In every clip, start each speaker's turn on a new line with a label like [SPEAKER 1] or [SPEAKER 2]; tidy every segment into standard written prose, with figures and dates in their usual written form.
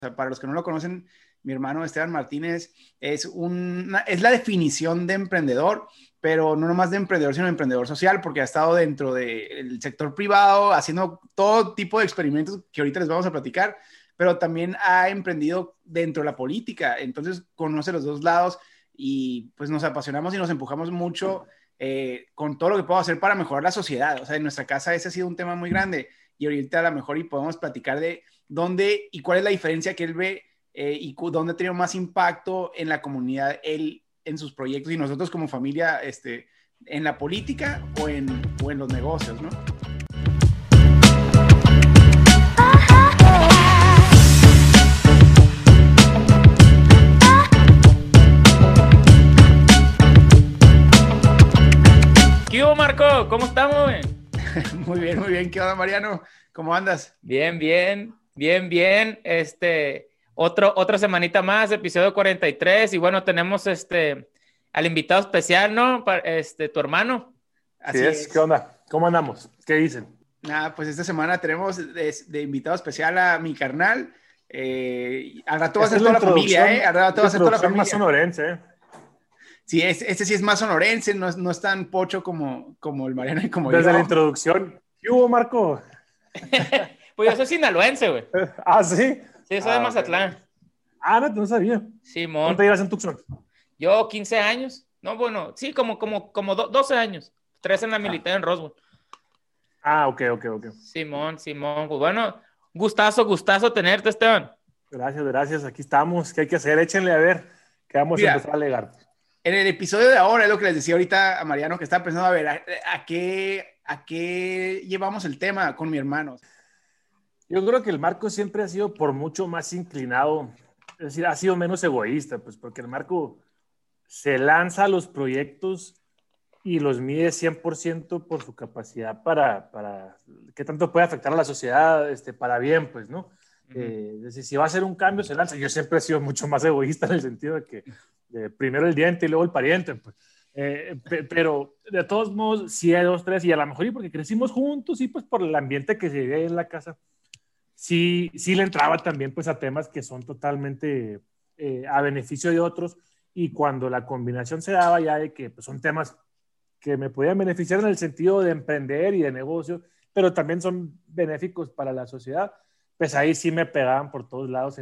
[SPEAKER 1] sea, para los que no lo conocen, mi hermano Esteban Martínez es la definición de emprendedor, pero no nomás de emprendedor, sino de emprendedor social, porque ha estado dentro del sector privado haciendo todo tipo de experimentos que ahorita les vamos a platicar, pero también ha emprendido dentro de la política, entonces conoce los dos lados y pues nos apasionamos y nos empujamos mucho con todo lo que puedo hacer para mejorar la sociedad. O sea, en nuestra casa ese ha sido un tema muy grande y ahorita a lo mejor y podemos platicar de dónde y cuál es la diferencia que él ve y dónde ha tenido más impacto en la comunidad él en sus proyectos y nosotros como familia en la política o en los negocios, ¿no?
[SPEAKER 2] ¿Qué hubo, Marco? ¿Cómo estamos, güey?
[SPEAKER 1] Muy bien. ¿Qué onda, Mariano? ¿Cómo andas?
[SPEAKER 2] Bien. Otra semanita más, episodio 43. Y bueno, tenemos al invitado especial, ¿no? Tu hermano.
[SPEAKER 3] Así es. ¿Qué onda? ¿Cómo andamos? ¿Qué dicen?
[SPEAKER 1] Nada, pues esta semana tenemos de invitado especial a mi carnal. Al rato va a ser toda la familia, ¿eh? Al rato va a ser toda la familia.
[SPEAKER 3] Más sonorense, ¿eh?
[SPEAKER 1] Sí, este sí es más sonorense, no es tan pocho como el Mariano y como
[SPEAKER 3] Desde
[SPEAKER 1] yo.
[SPEAKER 3] la introducción. ¿Qué hubo, Marco?
[SPEAKER 2] Pues yo soy sinaloense, güey.
[SPEAKER 3] ¿Ah, sí?
[SPEAKER 2] Sí, soy de Mazatlán.
[SPEAKER 3] Okay. No sabía.
[SPEAKER 2] Simón.
[SPEAKER 3] ¿Cuánto llevas en Tucson?
[SPEAKER 2] Yo, 15 años. No, bueno, sí, como 12 años. 3 en la militar en Roswell.
[SPEAKER 3] Ok.
[SPEAKER 2] Simón. Pues bueno, gustazo tenerte, Esteban.
[SPEAKER 3] Gracias. Aquí estamos. ¿Qué hay que hacer? Échenle a ver. Que vamos a empezar a alegar.
[SPEAKER 1] En el episodio de ahora, es lo que les decía ahorita a Mariano, que estaba pensando, a ver, ¿a qué llevamos el tema con mi hermano?
[SPEAKER 3] Yo creo que el Marco siempre ha sido por mucho más inclinado, es decir, ha sido menos egoísta, pues porque el Marco se lanza a los proyectos y los mide 100% por su capacidad para qué tanto puede afectar a la sociedad para bien, pues, ¿no? Es decir, si va a hacer un cambio, se lanza. Yo siempre he sido mucho más egoísta en el sentido de que primero el diente y luego el pariente, pues. Pero de todos modos, sí hay 2, 3, y a lo mejor y porque crecimos juntos y pues por el ambiente que se vive en la casa, sí le entraba también pues a temas que son totalmente a beneficio de otros, y cuando la combinación se daba ya de que pues, son temas que me podían beneficiar en el sentido de emprender y de negocio, pero también son benéficos para la sociedad, pues ahí sí me pegaban por todos lados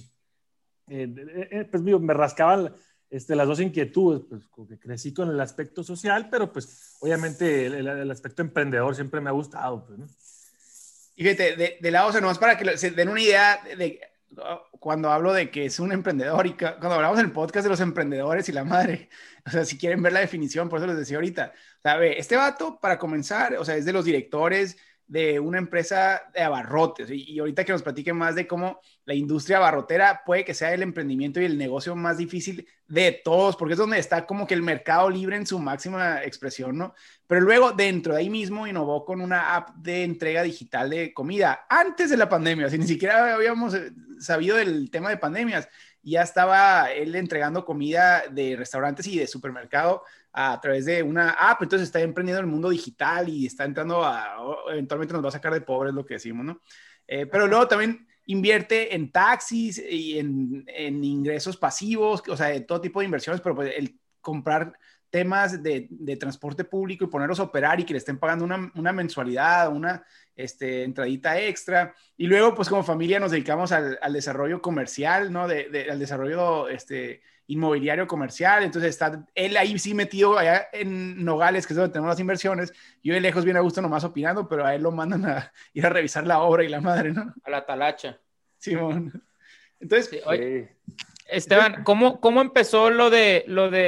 [SPEAKER 3] pues me rascaban las dos inquietudes, pues como que crecí con el aspecto social, pero pues obviamente el aspecto emprendedor siempre me ha gustado, pues, ¿no?
[SPEAKER 1] Y fíjate, de lado, o sea, nomás para que se den una idea de cuando hablo de que es un emprendedor y cuando hablamos en el podcast de los emprendedores y la madre, o sea, si quieren ver la definición, por eso les decía ahorita, o sea, este vato, para comenzar, o sea, es de los directores de una empresa de abarrotes, y ahorita que nos platique más de cómo la industria abarrotera puede que sea el emprendimiento y el negocio más difícil de todos, porque es donde está como que el mercado libre en su máxima expresión, ¿no? Pero luego dentro de ahí mismo innovó con una app de entrega digital de comida antes de la pandemia, o sea, ni siquiera habíamos sabido del tema de pandemias, y ya estaba él entregando comida de restaurantes y de supermercado a través de una app. Entonces está emprendiendo en el mundo digital y está entrando eventualmente nos va a sacar de pobres, lo que decimos, ¿no? Pero luego también invierte en taxis y en ingresos pasivos, o sea, de todo tipo de inversiones, pero pues el comprar temas de transporte público y ponerlos a operar y que le estén pagando una mensualidad, una entradita extra. Y luego, pues como familia nos dedicamos al desarrollo comercial, ¿no? Al desarrollo inmobiliario comercial. Entonces está él ahí sí metido allá en Nogales, que es donde tenemos las inversiones. Yo de lejos bien a gusto nomás opinando, pero a él lo mandan a ir a revisar la obra y la madre, ¿no?
[SPEAKER 2] A la talacha.
[SPEAKER 1] Simón. Entonces,
[SPEAKER 2] sí, oye, Esteban, ¿cómo empezó lo de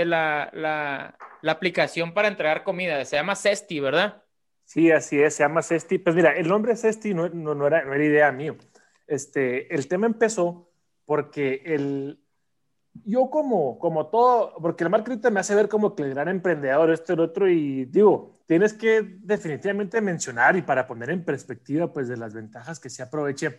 [SPEAKER 2] la aplicación para entregar comida? Se llama Cesti, ¿verdad?
[SPEAKER 3] Sí, así es, se llama Cesti. Pues mira, el nombre Cesti no era idea mío. El tema empezó porque yo como todo, porque el marketing me hace ver como que el gran emprendedor, esto y lo otro, y digo, tienes que definitivamente mencionar y para poner en perspectiva pues de las ventajas que se aproveche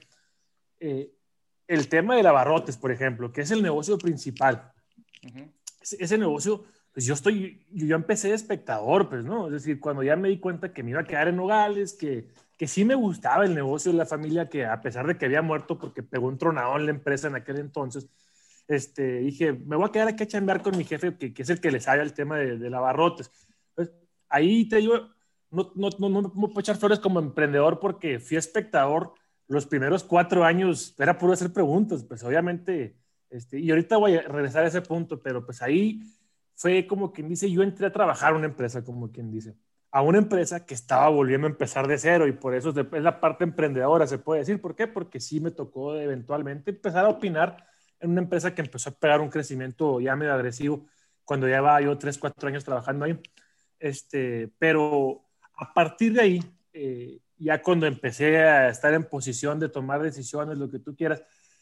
[SPEAKER 3] el tema de abarrotes, por ejemplo, que es el negocio principal. Uh-huh. Ese negocio, pues yo empecé de espectador, pues, ¿no? Es decir, cuando ya me di cuenta que me iba a quedar en Nogales, que que sí me gustaba el negocio de la familia, que a pesar de que había muerto porque pegó un tronadón la empresa en aquel entonces, dije, me voy a quedar aquí a chambear con mi jefe, que es el que le sabe el tema de abarrotes. Pues, ahí te digo, no me puedo echar flores como emprendedor porque fui espectador los primeros 4 años, era puro hacer preguntas, pues obviamente, y ahorita voy a regresar a ese punto, pero pues ahí fue como quien dice, yo entré a trabajar en una empresa, como quien dice, a una empresa que estaba volviendo a empezar de cero y por eso es la parte emprendedora, se puede decir. ¿Por qué? Porque sí me tocó eventualmente empezar a opinar en una empresa que empezó a pegar un crecimiento ya medio agresivo cuando llevaba yo 3, 4 años trabajando ahí. Pero a partir de ahí, ya cuando empecé a estar en posición de tomar decisiones, lo que tú quieras,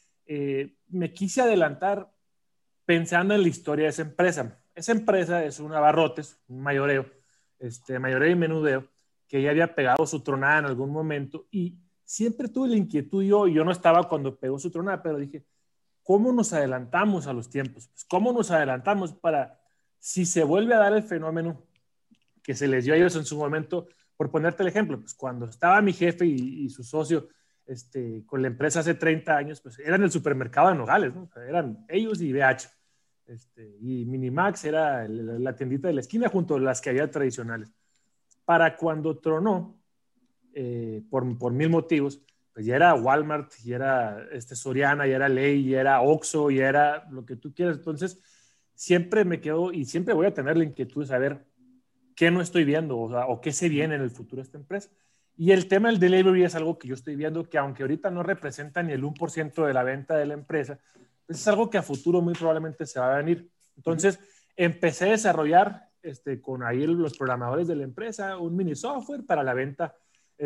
[SPEAKER 3] me quise adelantar pensando en la historia de esa empresa. Esa empresa es un abarrotes, un mayoreo, mayoreo y menudeo, que ya había pegado su tronada en algún momento y siempre tuve la inquietud yo no estaba cuando pegó su tronada, pero dije, ¿cómo nos adelantamos a los tiempos? Pues, ¿cómo nos adelantamos para, si se vuelve a dar el fenómeno que se les dio a ellos en su momento, por ponerte el ejemplo, pues cuando estaba mi jefe y su socio con la empresa hace 30 años, pues eran el supermercado de Nogales, ¿no? O sea, eran ellos y BH. Y Minimax era la tiendita de la esquina junto a las que había tradicionales. Para cuando tronó, por mil motivos, pues ya era Walmart, ya era Soriana, ya era Ley, ya era Oxxo, ya era lo que tú quieras. Entonces, siempre me quedo y siempre voy a tener la inquietud de saber qué no estoy viendo, o qué se viene en el futuro de esta empresa. Y el tema del delivery es algo que yo estoy viendo que aunque ahorita no representa ni el 1% de la venta de la empresa, pues es algo que a futuro muy probablemente se va a venir. Entonces, empecé a desarrollar con ahí los programadores de la empresa un mini software para la venta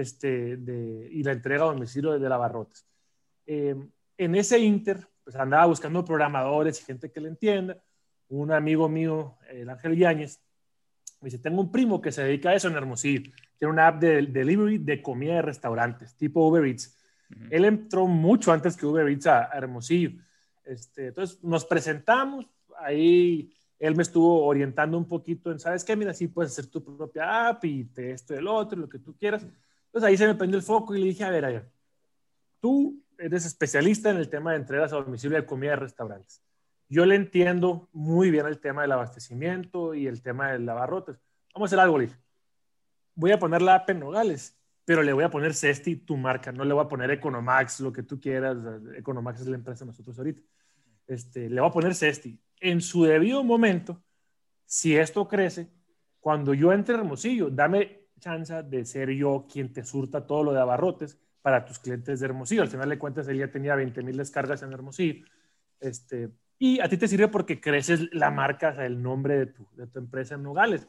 [SPEAKER 3] y la entrega a domicilio de abarrotes. En ese inter, pues andaba buscando programadores y gente que le entienda. Un amigo mío, el Ángel Yáñez, me dice, tengo un primo que se dedica a eso en Hermosillo. Tiene una app de delivery de comida de restaurantes, tipo Uber Eats. Él entró mucho antes que Uber Eats a Hermosillo. Entonces nos presentamos, ahí él me estuvo orientando un poquito en, ¿sabes qué? Mira, sí puedes hacer tu propia app y esto y el otro, lo que tú quieras. Entonces ahí se me prendió el foco y le dije, a ver, tú eres especialista en el tema de entregas a domicilio de comida de restaurantes. Yo le entiendo muy bien el tema del abastecimiento y el tema del abarrotes. Vamos a hacer algo, Lee. Voy a poner la app en Nogales, pero le voy a poner Cesti, tu marca. No le voy a poner Economax, lo que tú quieras. Economax es la empresa de nosotros ahorita. Le voy a poner Cesti. En su debido momento, si esto crece, cuando yo entre a Hermosillo, dame chance de ser yo quien te surta todo lo de abarrotes para tus clientes de Hermosillo. Al final de cuentas, él ya tenía 20,000 descargas en Hermosillo. Y a ti te sirve porque creces la marca, o sea, el nombre de tu empresa en Nogales.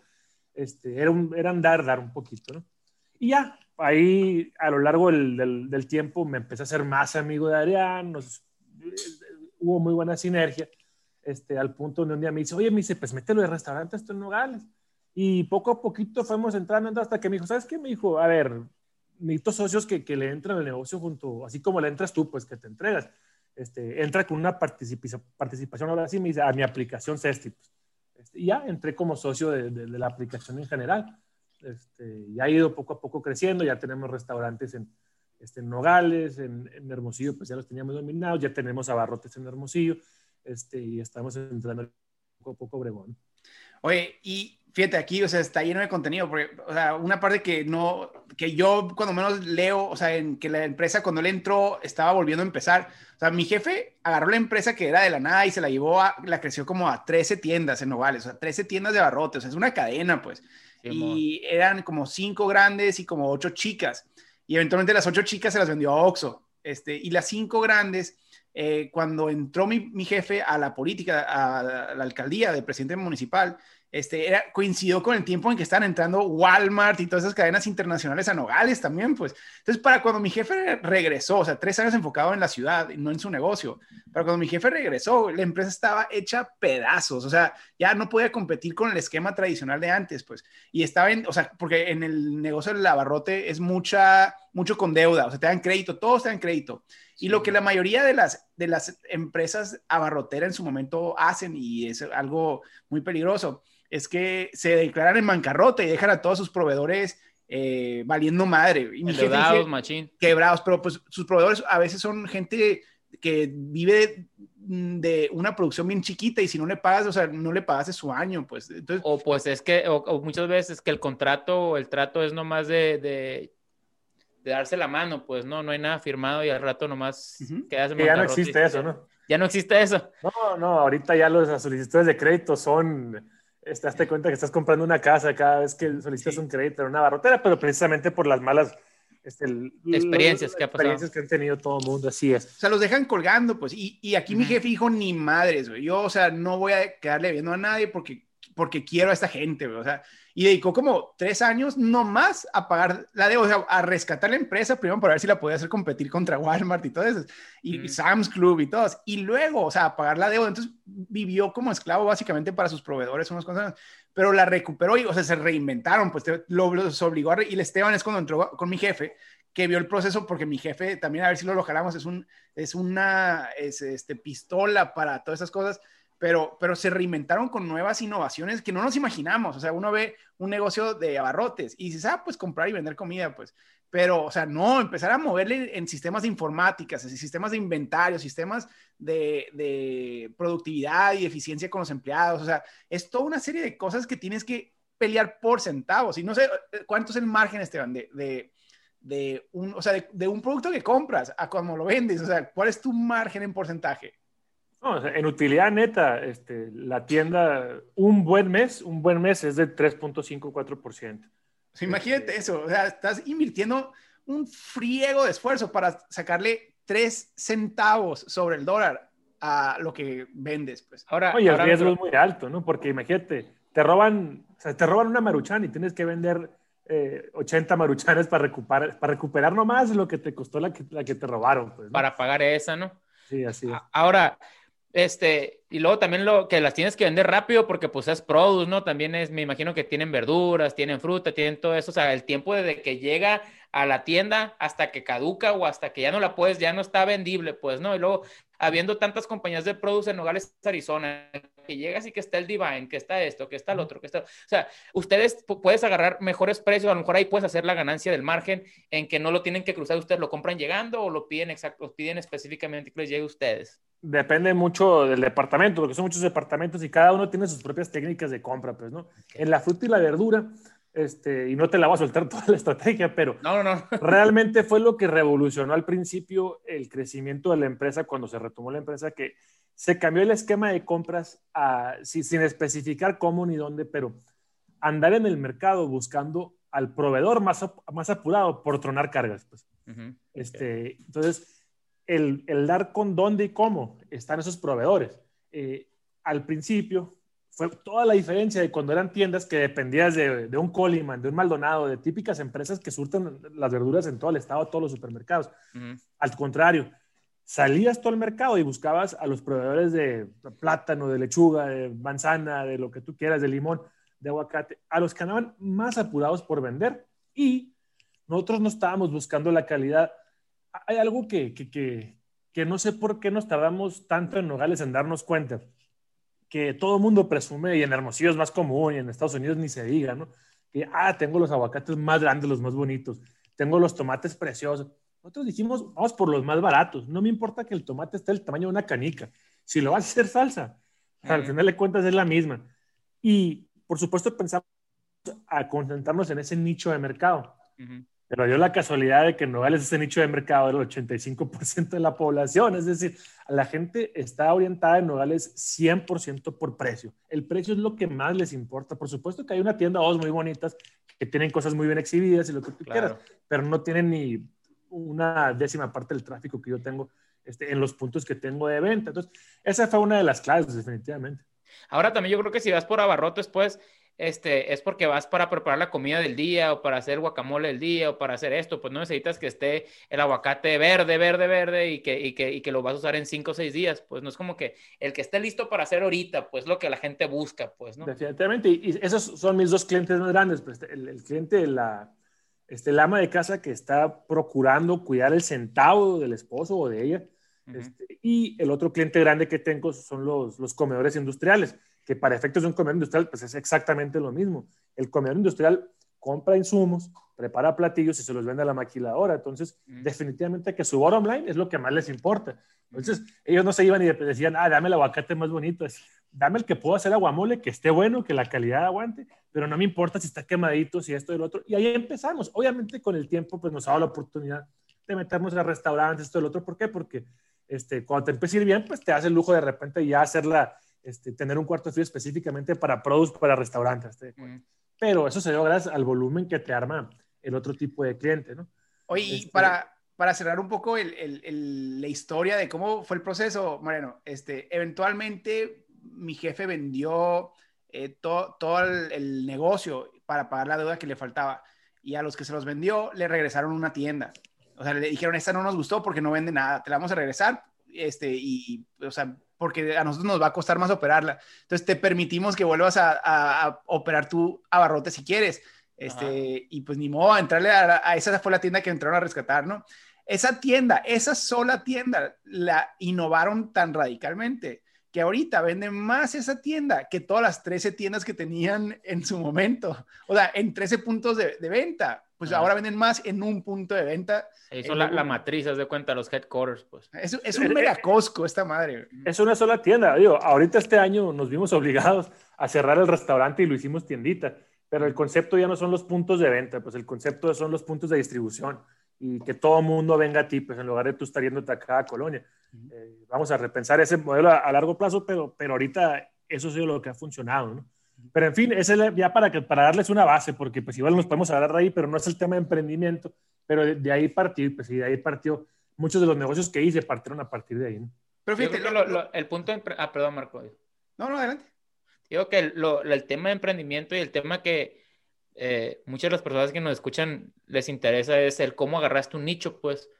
[SPEAKER 3] Era dar un poquito, ¿no? Y ya, ahí a lo largo del tiempo me empecé a ser más amigo de Adrián, hubo muy buena sinergia, al punto donde un día me dice, pues mételo de restaurante esto en Nogales. Y poco a poquito fuimos entrando hasta que me dijo, ¿sabes qué? Me dijo, a ver, necesito socios que le entren al negocio junto, así como le entras tú, pues que te entregas. Entra con una participación, ahora sí me dice, a mi aplicación Cesti. Y ya entré como socio de la aplicación en general. Ya ha ido poco a poco creciendo, ya tenemos restaurantes en Nogales, en Hermosillo, pues ya los teníamos dominados, ya tenemos abarrotes en Hermosillo, y estamos entrando poco a poco Obregón.
[SPEAKER 1] Oye, y fíjate aquí, o sea, está lleno de contenido, porque, o sea, una parte que yo cuando menos leo, o sea, en que la empresa cuando él entró estaba volviendo a empezar, o sea, mi jefe agarró la empresa que era de la nada y se la llevó la creció como a 13 tiendas en Nogales, o sea, 13 tiendas de abarrotes, o sea, es una cadena, pues, y eran como 5 grandes y como 8 chicas, y eventualmente las 8 chicas se las vendió a Oxxo, y las 5 grandes, cuando entró mi jefe a la política, a la alcaldía de presidente municipal, coincidió con el tiempo en que estaban entrando Walmart y todas esas cadenas internacionales a Nogales también, pues. Entonces, para cuando mi jefe regresó, o sea, 3 años enfocado en la ciudad y no en su negocio, para cuando mi jefe regresó, la empresa estaba hecha pedazos, o sea, ya no podía competir con el esquema tradicional de antes, pues. Y estaba o sea, porque en el negocio del abarrote es mucho con deuda, o sea, te dan crédito, todos te dan crédito. Y lo que la mayoría de las empresas abarroteras en su momento hacen, y es algo muy peligroso, es que se declaran en bancarrota y dejan a todos sus proveedores valiendo madre. Y mi jefe
[SPEAKER 2] Endeudados, machín.
[SPEAKER 1] quebrados, pero pues sus proveedores a veces son gente que vive de una producción bien chiquita y si no le pagas, o sea, no le pagaste su año, pues. Entonces,
[SPEAKER 2] O pues es que, o muchas veces que el contrato o el trato es nomás de darse la mano, pues no hay nada firmado y al rato nomás quedas en
[SPEAKER 3] que ya no existe eso, ¿no?
[SPEAKER 2] Ya no existe eso.
[SPEAKER 3] No, ahorita ya las solicitudes de crédito son, hazte cuenta que estás comprando una casa cada vez que solicitas un crédito en una barrotera, pero precisamente por las malas
[SPEAKER 2] experiencias que ha pasado.
[SPEAKER 3] Experiencias que han tenido todo el mundo, así es.
[SPEAKER 1] O sea, los dejan colgando, pues, y aquí mi jefe dijo, ni madres, güey, yo, o sea, no voy a quedarle viendo a nadie porque quiero a esta gente, güey, o sea, y dedicó como 3 años nomás a pagar la deuda, o sea, a rescatar la empresa, primero para ver si la podía hacer competir contra Walmart y todo eso, y Sam's Club y todos, y luego, o sea, a pagar la deuda, entonces vivió como esclavo básicamente para sus proveedores unos cuantos años, pero la recuperó y, o sea, se reinventaron, pues los obligó y el Esteban es cuando entró con mi jefe, que vio el proceso, porque mi jefe también, a ver si lo jalamos, es una pistola para todas esas cosas, pero se reinventaron con nuevas innovaciones que no nos imaginamos. O sea, uno ve un negocio de abarrotes y dices, pues comprar y vender comida, pues. Pero, o sea, no, empezar a moverle en sistemas de informática, en sistemas de inventario, sistemas de productividad y eficiencia con los empleados. O sea, es toda una serie de cosas que tienes que pelear por centavos. Y no sé cuánto es el margen, Esteban, de un producto que compras a cómo lo vendes. O sea, ¿cuál es tu margen en porcentaje?
[SPEAKER 3] No, o sea, en utilidad neta, la tienda, un buen mes es de 3.54%.
[SPEAKER 1] O sea, imagínate eso, o sea, estás invirtiendo un friego de esfuerzo para sacarle 3 centavos sobre el dólar a lo que vendes, pues.
[SPEAKER 3] Oye, el riesgo es muy alto, ¿no? Porque imagínate, te roban una Maruchan y tienes que vender 80 Maruchanes para recuperar nomás lo que te costó la que te robaron, pues, ¿no?
[SPEAKER 2] Para pagar esa, ¿no?
[SPEAKER 3] Sí, así es.
[SPEAKER 2] Ahora, y luego también lo que las tienes que vender rápido porque pues es produce, ¿no? También me imagino que tienen verduras, tienen fruta, tienen todo eso, o sea, el tiempo desde que llega a la tienda hasta que caduca o hasta que ya no está vendible, pues, ¿no? Y luego, habiendo tantas compañías de produce en Nogales, Arizona, que llegas y que está el Divine, que está esto, que está el otro, que está... O sea, ustedes puedes agarrar mejores precios, a lo mejor ahí puedes hacer la ganancia del margen en que no lo tienen que cruzar, ustedes lo compran llegando o lo piden específicamente que les llegue a ustedes.
[SPEAKER 3] Depende mucho del departamento, porque son muchos departamentos y cada uno tiene sus propias técnicas de compra, pues, ¿no? Okay. En la fruta y la verdura, y no te la voy a soltar toda la estrategia, pero
[SPEAKER 2] no.
[SPEAKER 3] Realmente fue lo que revolucionó al principio el crecimiento de la empresa cuando se retomó la empresa, que se cambió el esquema de compras sin especificar cómo ni dónde, pero andar en el mercado buscando al proveedor más apurado por tronar cargas, pues. Entonces, el dar con dónde y cómo están esos proveedores. Al principio fue toda la diferencia de cuando eran tiendas que dependías de un Coleman, de un Maldonado, de típicas empresas que surten las verduras en todo el estado, todos los supermercados. Al contrario, salías todo el mercado y buscabas a los proveedores de plátano, de lechuga, de manzana, de lo que tú quieras, de limón, de aguacate, a los que andaban más apurados por vender, y nosotros no estábamos buscando la calidad. Hay algo que no sé por qué nos tardamos tanto en Nogales en darnos cuenta, que todo el mundo presume, y en Hermosillo es más común, y en Estados Unidos ni se diga, ¿no? Que, tengo los aguacates más grandes, los más bonitos, tengo los tomates preciosos. Nosotros dijimos, vamos por los más baratos, no me importa que el tomate esté del tamaño de una canica, si lo vas a hacer salsa, al final de cuentas es la misma. Y, por supuesto, pensamos a concentrarnos en ese nicho de mercado. Pero dio la casualidad de que en Nogales ese nicho de mercado era el 85% de la población. Es decir, la gente está orientada en Nogales 100% por precio. El precio es lo que más les importa. Por supuesto que hay una tienda o dos muy bonitas que tienen cosas muy bien exhibidas y lo que tú quieras, pero no tienen ni una 10ª parte del tráfico que yo tengo en los puntos que tengo de venta. Entonces, esa fue una de las claves, definitivamente.
[SPEAKER 2] Ahora también yo creo que si vas por abarrotes, pues, es porque vas para preparar la comida del día o para hacer guacamole del día o para hacer esto, pues no necesitas que esté el aguacate verde y que lo vas a usar en 5 o 6 días, pues no es como que el que esté listo para hacer ahorita, pues lo que la gente busca, pues, ¿no?
[SPEAKER 3] Definitivamente, y esos son mis 2 clientes más grandes, pues el cliente, el ama de casa que está procurando cuidar el centavo del esposo o de ella, y el otro cliente grande que tengo son los comedores industriales, que para efectos de un comedor industrial pues es exactamente lo mismo. El comedor industrial compra insumos, prepara platillos y se los vende a la maquiladora. Entonces, definitivamente que su bottom line es lo que más les importa. Entonces, ellos no se iban y decían, dame el aguacate más bonito. Dame el que puedo hacer aguamole, que esté bueno, que la calidad aguante, pero no me importa si está quemadito, si esto y lo otro. Y ahí empezamos. Obviamente, con el tiempo, pues nos ha dado la oportunidad de meternos a restaurantes, esto y lo otro. ¿Por qué? Porque cuando te empieza a ir bien, pues te hace el lujo de repente ya hacerla, tener un cuarto frío específicamente para produce, para restaurantes. Pero eso se dio gracias al volumen que te arma el otro tipo de cliente, ¿no?
[SPEAKER 1] Oye, y para cerrar un poco la historia de cómo fue el proceso, Mariano, eventualmente mi jefe vendió todo el negocio para pagar la deuda que le faltaba, y a los que se los vendió le regresaron una tienda. O sea, le dijeron, esta no nos gustó porque no vende nada, te la vamos a regresar, o sea, porque a nosotros nos va a costar más operarla. Entonces te permitimos que vuelvas a operar tu abarrote si quieres. Y pues ni modo, entrarle a esa fue la tienda que entraron a rescatar, ¿no? Esa sola tienda, la innovaron tan radicalmente que ahorita venden más esa tienda que todas las 13 tiendas que tenían en su momento. O sea, en 13 puntos de venta. Pues ahora venden más en un punto de venta.
[SPEAKER 2] Eso la matriz, haz de cuenta, los headquarters, pues.
[SPEAKER 1] Es un mega Costco esta madre.
[SPEAKER 3] Es una sola tienda. Digo, ahorita este año nos vimos obligados a cerrar el restaurante y lo hicimos tiendita. Pero el concepto ya no son los puntos de venta, pues el concepto son los puntos de distribución y que todo el mundo venga a ti, pues en lugar de tú estar yéndote a cada colonia. Vamos a repensar ese modelo a largo plazo, pero ahorita eso ha sido lo que ha funcionado, ¿no? Pero en fin, ese es ya para darles una base, porque pues igual nos podemos hablar de ahí, pero no es el tema de emprendimiento, pero de ahí partió, pues y de ahí partió, muchos de los negocios que hice partieron a partir de ahí, ¿no?
[SPEAKER 1] Pero fíjate,
[SPEAKER 2] el punto perdón, Marco.
[SPEAKER 1] No, adelante.
[SPEAKER 2] Digo que el tema de emprendimiento y el tema que muchas de las personas que nos escuchan les interesa es el cómo agarraste un nicho, pues,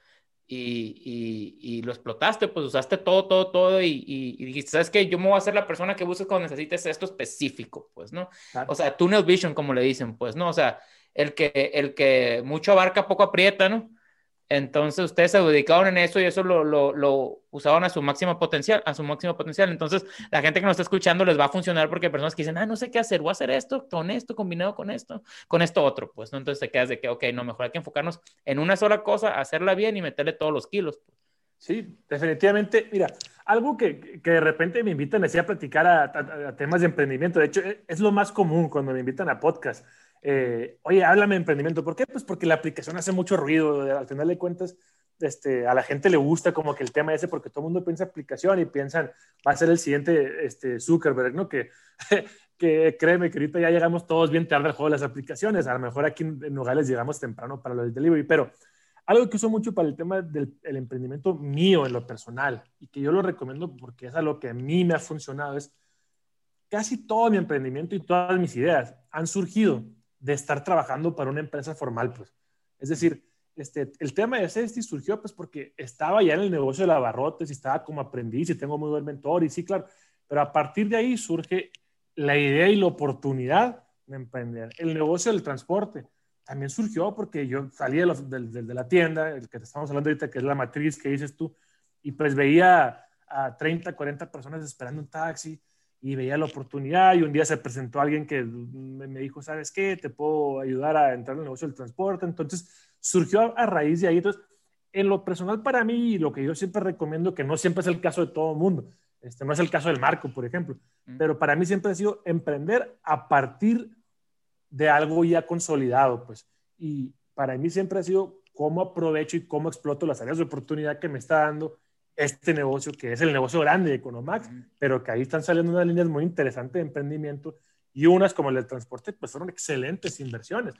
[SPEAKER 2] y lo explotaste, pues usaste todo y dijiste, ¿sabes qué? Yo me voy a hacer la persona que busques cuando necesites esto específico, pues, ¿no? Claro. O sea, tunnel vision, como le dicen, pues, ¿no? O sea, el que mucho abarca, poco aprieta, ¿no? Entonces ustedes se dedicaron en eso y eso lo usaban a su máximo potencial, Entonces la gente que nos está escuchando les va a funcionar porque hay personas que dicen, no sé qué hacer, voy a hacer esto, combinado con esto otro, pues, ¿no? Entonces te quedas de que, ok, no, mejor hay que enfocarnos en una sola cosa, hacerla bien y meterle todos los kilos, pues.
[SPEAKER 3] Sí, definitivamente. Mira, algo que de repente me invitan así a platicar a temas de emprendimiento, de hecho es lo más común cuando me invitan a podcast. Oye, háblame de emprendimiento. ¿Por qué? Pues porque la aplicación hace mucho ruido. Al final de cuentas, a la gente le gusta como que el tema ese, porque todo el mundo piensa aplicación y piensan, va a ser el siguiente Zuckerberg, ¿no? Que créeme que ahorita ya llegamos todos bien tarde al juego de las aplicaciones. A lo mejor aquí en Nogales llegamos temprano para lo del delivery, pero algo que uso mucho para el tema del emprendimiento mío en lo personal y que yo lo recomiendo porque es algo que a mí me ha funcionado es casi todo mi emprendimiento y todas mis ideas han surgido de estar trabajando para una empresa formal, pues. Es decir, el tema de Zesty surgió pues porque estaba ya en el negocio de abarrotes y estaba como aprendiz y tengo muy buen mentor y sí, claro, pero a partir de ahí surge la idea y la oportunidad de emprender. El negocio del transporte también surgió porque yo salí de la tienda, el que te estamos hablando ahorita, que es la matriz que dices tú, y pues veía a 30, 40 personas esperando un taxi y veía la oportunidad y un día se presentó alguien que me dijo, ¿sabes qué? Te puedo ayudar a entrar en el negocio del transporte. Entonces surgió a raíz de ahí. Entonces, en lo personal para mí, lo que yo siempre recomiendo, que no siempre es el caso de todo el mundo, no es el caso del Marco, por ejemplo, pero para mí siempre ha sido emprender a partir de algo ya consolidado, pues. Y para mí siempre ha sido cómo aprovecho y cómo exploto las áreas de oportunidad que me está dando este negocio, que es el negocio grande de Economax, pero que ahí están saliendo unas líneas muy interesantes de emprendimiento y unas como el del transporte, pues fueron excelentes inversiones.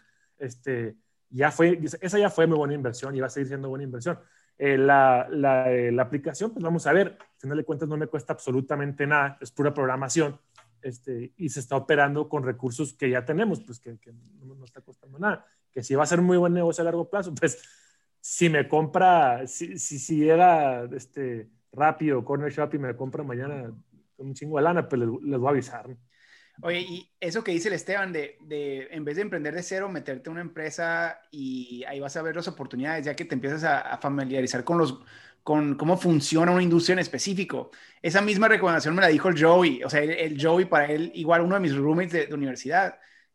[SPEAKER 3] Esa ya fue muy buena inversión y va a seguir siendo buena inversión. La aplicación, pues vamos a ver, al final de cuentas no me cuesta absolutamente nada, es pura programación, y se está operando con recursos que ya tenemos, pues que no está costando nada, que si va a ser muy buen negocio a largo plazo, pues si me compra, si llega rápido Corner Shop y me compra mañana con un chingo de lana, pues les voy a avisar, ¿no?
[SPEAKER 1] Oye, y eso que dice el Esteban de en vez de emprender de cero, meterte en una empresa y ahí vas a ver las oportunidades, ya que te empiezas a familiarizar con cómo funciona una industria en específico. Esa misma recomendación me la dijo el Joey. O sea, el Joey, para él, igual uno de mis roommates de universidad,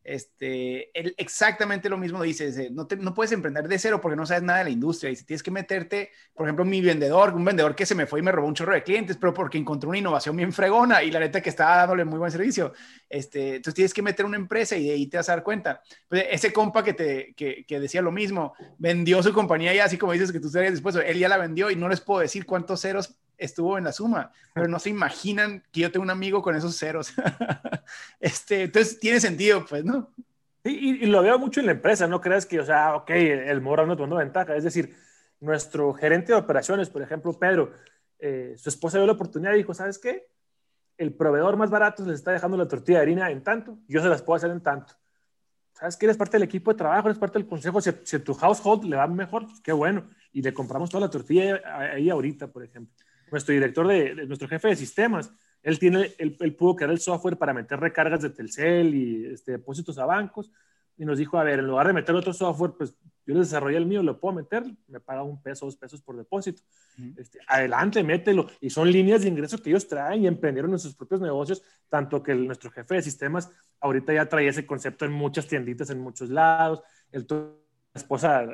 [SPEAKER 1] Él exactamente lo mismo dice, no puedes emprender de cero porque no sabes nada de la industria, y si tienes que meterte, por ejemplo, un vendedor que se me fue y me robó un chorro de clientes, pero porque encontró una innovación bien fregona y la neta que estaba dándole muy buen servicio, entonces tienes que meter una empresa y de ahí te vas a dar cuenta. Pues ese compa que decía lo mismo, vendió su compañía ya, así como dices que tú sabes después, él ya la vendió y no les puedo decir cuántos ceros estuvo en la suma, pero no se imaginan que yo tengo un amigo con esos ceros. Entonces tiene sentido, pues, ¿no?
[SPEAKER 3] Y lo veo mucho en la empresa, no creas que, o sea, ok, el morro no tomando ventaja, es decir, nuestro gerente de operaciones, por ejemplo, Pedro, su esposa vio la oportunidad y dijo, ¿sabes qué? El proveedor más barato se les está dejando la tortilla de harina en tanto, yo se las puedo hacer en tanto. ¿Sabes qué? Eres parte del equipo de trabajo, eres parte del consejo, si a tu household le va mejor, pues qué bueno, y le compramos toda la tortilla ahí ahorita, por ejemplo. Nuestro director, nuestro jefe de sistemas, él pudo crear el software para meter recargas de Telcel y depósitos a bancos, y nos dijo, a ver, en lugar de meter otro software, pues yo les desarrollé el mío, lo puedo meter, me paga $1, $2 por depósito. Adelante, mételo. Y son líneas de ingreso que ellos traen y emprendieron en sus propios negocios, tanto que nuestro jefe de sistemas ahorita ya trae ese concepto en muchas tienditas, en muchos lados. La esposa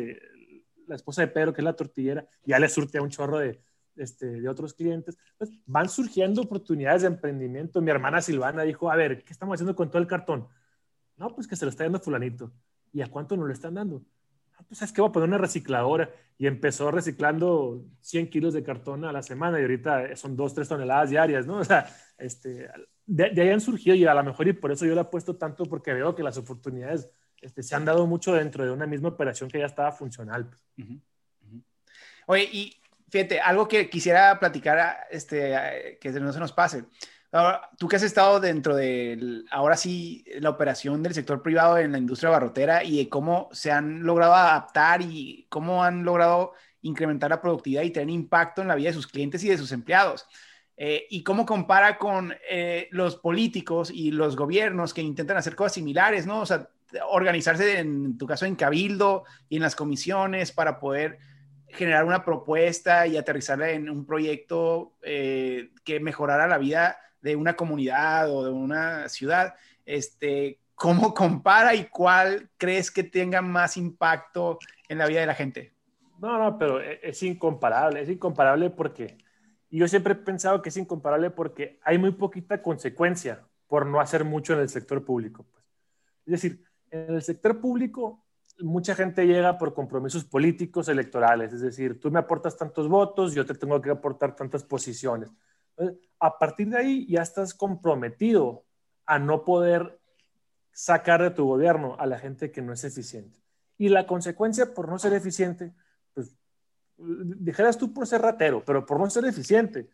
[SPEAKER 3] de Pedro, que es la tortillera, ya le surte a un chorro de otros clientes. Pues van surgiendo oportunidades de emprendimiento. Mi hermana Silvana dijo, a ver, ¿qué estamos haciendo con todo el cartón? No, pues que se lo está dando fulanito. ¿Y a cuánto nos lo están dando? No, pues es que voy a poner una recicladora. Y empezó reciclando 100 kilos de cartón a la semana y ahorita son 2-3 toneladas diarias, ¿no? O sea, de ahí han surgido y a lo mejor y por eso yo le apuesto tanto porque veo que las oportunidades se han dado mucho dentro de una misma operación que ya estaba funcional.
[SPEAKER 1] Oye, y fíjate, algo que quisiera platicar, que no se nos pase. Ahora, tú que has estado dentro de, ahora sí, la operación del sector privado en la industria barrotera y de cómo se han logrado adaptar y cómo han logrado incrementar la productividad y tener impacto en la vida de sus clientes y de sus empleados. Y cómo compara con los políticos y los gobiernos que intentan hacer cosas similares, ¿no? O sea, organizarse, en tu caso, en cabildo y en las comisiones para poder generar una propuesta y aterrizarla en un proyecto que mejorara la vida de una comunidad o de una ciudad. ¿Cómo compara y cuál crees que tenga más impacto en la vida de la gente?
[SPEAKER 3] No, pero es incomparable porque yo siempre he pensado que es incomparable porque hay muy poquita consecuencia por no hacer mucho en el sector público. Pues. Es decir, en el sector público mucha gente llega por compromisos políticos electorales, es decir, tú me aportas tantos votos, yo te tengo que aportar tantas posiciones. Entonces, a partir de ahí ya estás comprometido a no poder sacar de tu gobierno a la gente que no es eficiente. Y la consecuencia por no ser eficiente, pues dijeras tú por ser ratero, pero por no ser eficiente,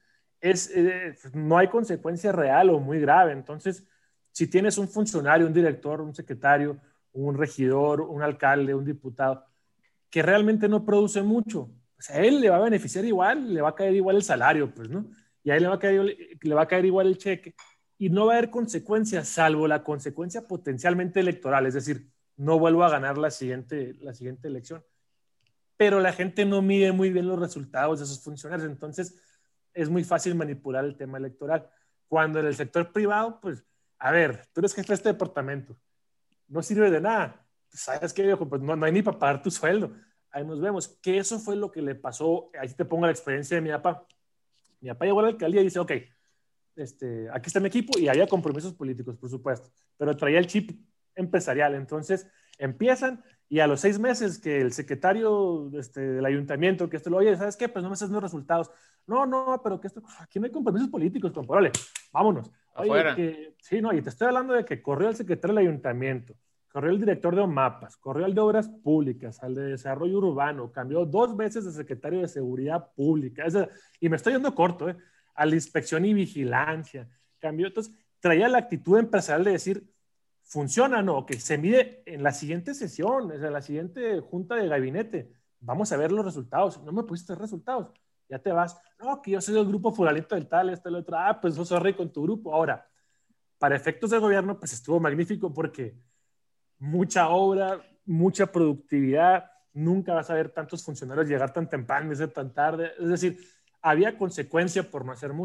[SPEAKER 3] no hay consecuencia real o muy grave. Entonces, si tienes un funcionario, un director, un secretario, un regidor, un alcalde, un diputado, que realmente no produce mucho, pues a él le va a beneficiar igual, le va a caer igual el salario, pues, ¿no? Y a él le va a caer igual el cheque, y no va a haber consecuencias, salvo la consecuencia potencialmente electoral, es decir, no vuelvo a ganar la siguiente elección. Pero la gente no mide muy bien los resultados de sus funcionarios, entonces es muy fácil manipular el tema electoral. Cuando en el sector privado, pues, a ver, tú eres jefe de este departamento, no sirve de nada. ¿Sabes qué, viejo? Pues no hay ni para pagar tu sueldo. Ahí nos vemos. Que eso fue lo que le pasó. Ahí te pongo la experiencia de mi papá. Mi papá llegó a la alcaldía y dice, ok, aquí está mi equipo y había compromisos políticos, por supuesto, pero traía el chip empresarial. Entonces empiezan y a los 6 meses que el secretario del ayuntamiento, que lo oye, ¿sabes qué? Pues no me estás dando resultados. No, pero que aquí no hay compromisos políticos, compa. Órale, vámonos. Oye, sí, no, y te estoy hablando de que corrió el secretario del ayuntamiento, corrió el director de OMAPAS, corrió el de Obras Públicas, al de Desarrollo Urbano, cambió 2 veces de secretario de Seguridad Pública, y me estoy yendo corto, a la Inspección y Vigilancia, cambió. Entonces, traía la actitud empresarial de decir, funciona, no, que se mide en la siguiente sesión, en la siguiente junta de gabinete, vamos a ver los resultados. No me pusiste resultados, ya te vas. No, que yo soy del grupo fulanito del tal, el otro, pues sos rey con tu grupo. Ahora, para efectos de gobierno, pues estuvo magnífico porque mucha obra, mucha productividad, nunca vas a ver tantos funcionarios llegar tan temprano y ser tan tarde. Es decir, había consecuencia por no hacer mucho.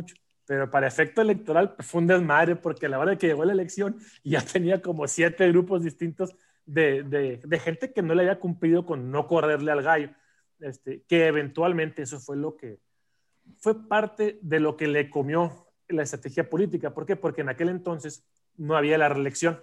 [SPEAKER 3] pero para efecto electoral pues, fue un desmadre, porque a la hora de que llegó la elección ya tenía como 7 grupos distintos de gente que no le había cumplido con no correrle al gallo, que eventualmente eso fue lo que fue parte de lo que le comió la estrategia política. ¿Por qué? Porque en aquel entonces no había la reelección.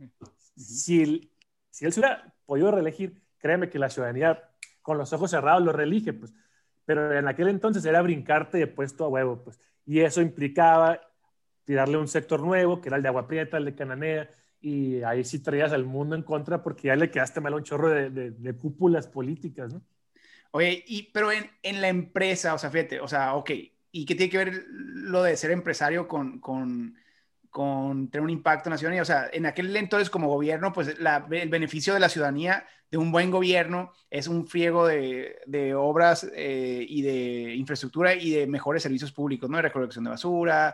[SPEAKER 3] Si él se hubiera podido reelegir, créeme que la ciudadanía con los ojos cerrados lo reelige, pues. Pero en aquel entonces era brincarte de puesto a huevo, pues. Y eso implicaba tirarle un sector nuevo, que era el de Agua Prieta, el de Cananea, y ahí sí traías al mundo en contra porque ya le quedaste mal a un chorro de cúpulas políticas, ¿no?
[SPEAKER 1] Oye, pero en la empresa, o sea, fíjate, o sea, ok, ¿y qué tiene que ver lo de ser empresario con tener un impacto en la ciudadanía? O sea, en aquel entonces como gobierno, pues el beneficio de la ciudadanía de un buen gobierno es un friego de obras y de infraestructura y de mejores servicios públicos, ¿no? De recolección de basura,